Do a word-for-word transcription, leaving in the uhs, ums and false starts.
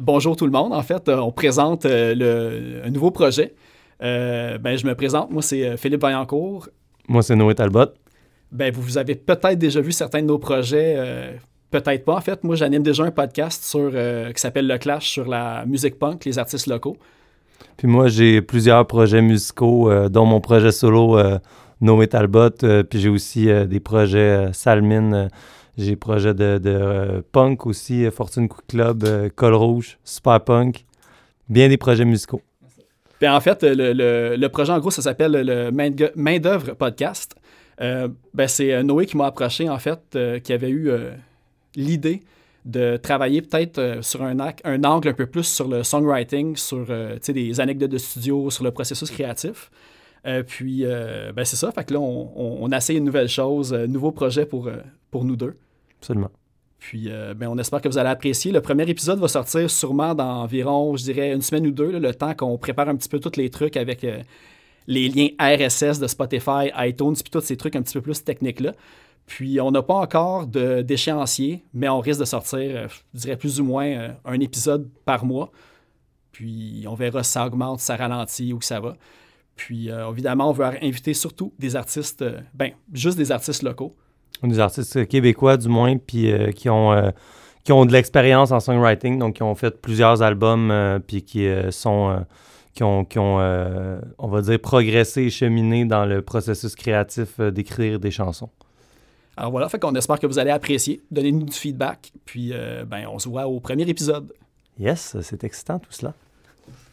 bonjour tout le monde. En fait, euh, on présente euh, le, un nouveau projet. Euh, ben, je me présente. Moi, c'est euh, Philippe Vaillancourt. Moi, c'est Noé Talbot. Ben, vous, vous avez peut-être déjà vu certains de nos projets. Euh, peut-être pas. En fait, moi, j'anime déjà un podcast sur, euh, qui s'appelle Le Clash sur la musique punk, les artistes locaux. Puis moi, j'ai plusieurs projets musicaux, euh, dont mon projet solo, euh, Noé Talbot. Euh, puis j'ai aussi euh, des projets euh, Salmine. Euh, j'ai des projets de, de euh, punk aussi, euh, Fortune Coup Club, euh, Col Rouge, Super Punk. Bien des projets musicaux. Puis en fait, le, le, le projet, en gros, ça s'appelle le Main d'œuvre podcast. Euh, ben, c'est Noé qui m'a approché, en fait, euh, qui avait eu euh, l'idée de travailler peut-être euh, sur un, ac- un angle un peu plus sur le songwriting, sur euh, des anecdotes de studio, sur le processus créatif. Euh, puis, euh, ben, c'est ça. Fait que là, on, on, on essaye une nouvelle chose, un nouveau projet pour, euh, pour nous deux. Absolument. Puis, euh, ben, on espère que vous allez apprécier. Le premier épisode va sortir sûrement dans environ, je dirais, une semaine ou deux, là, le temps qu'on prépare un petit peu tous les trucs avec euh, les liens R S S de Spotify, iTunes, puis tous ces trucs un petit peu plus techniques-là. Puis, on n'a pas encore de, d'échéancier, mais on risque de sortir, euh, je dirais, plus ou moins euh, un épisode par mois. Puis, on verra si ça augmente, si ça ralentit ou que ça va. Puis, euh, évidemment, on veut inviter surtout des artistes, euh, ben, juste des artistes locaux. Des artistes québécois, du moins, puis euh, qui ont euh, qui ont de l'expérience en songwriting, donc qui ont fait plusieurs albums, euh, puis qui euh, sont... Euh, qui ont, qui ont euh, on va dire, progressé et cheminé dans le processus créatif euh, d'écrire des chansons. Alors voilà, fait qu'on espère que vous allez apprécier. Donnez-nous du feedback, puis euh, ben, on se voit au premier épisode. Yes, c'est excitant tout cela.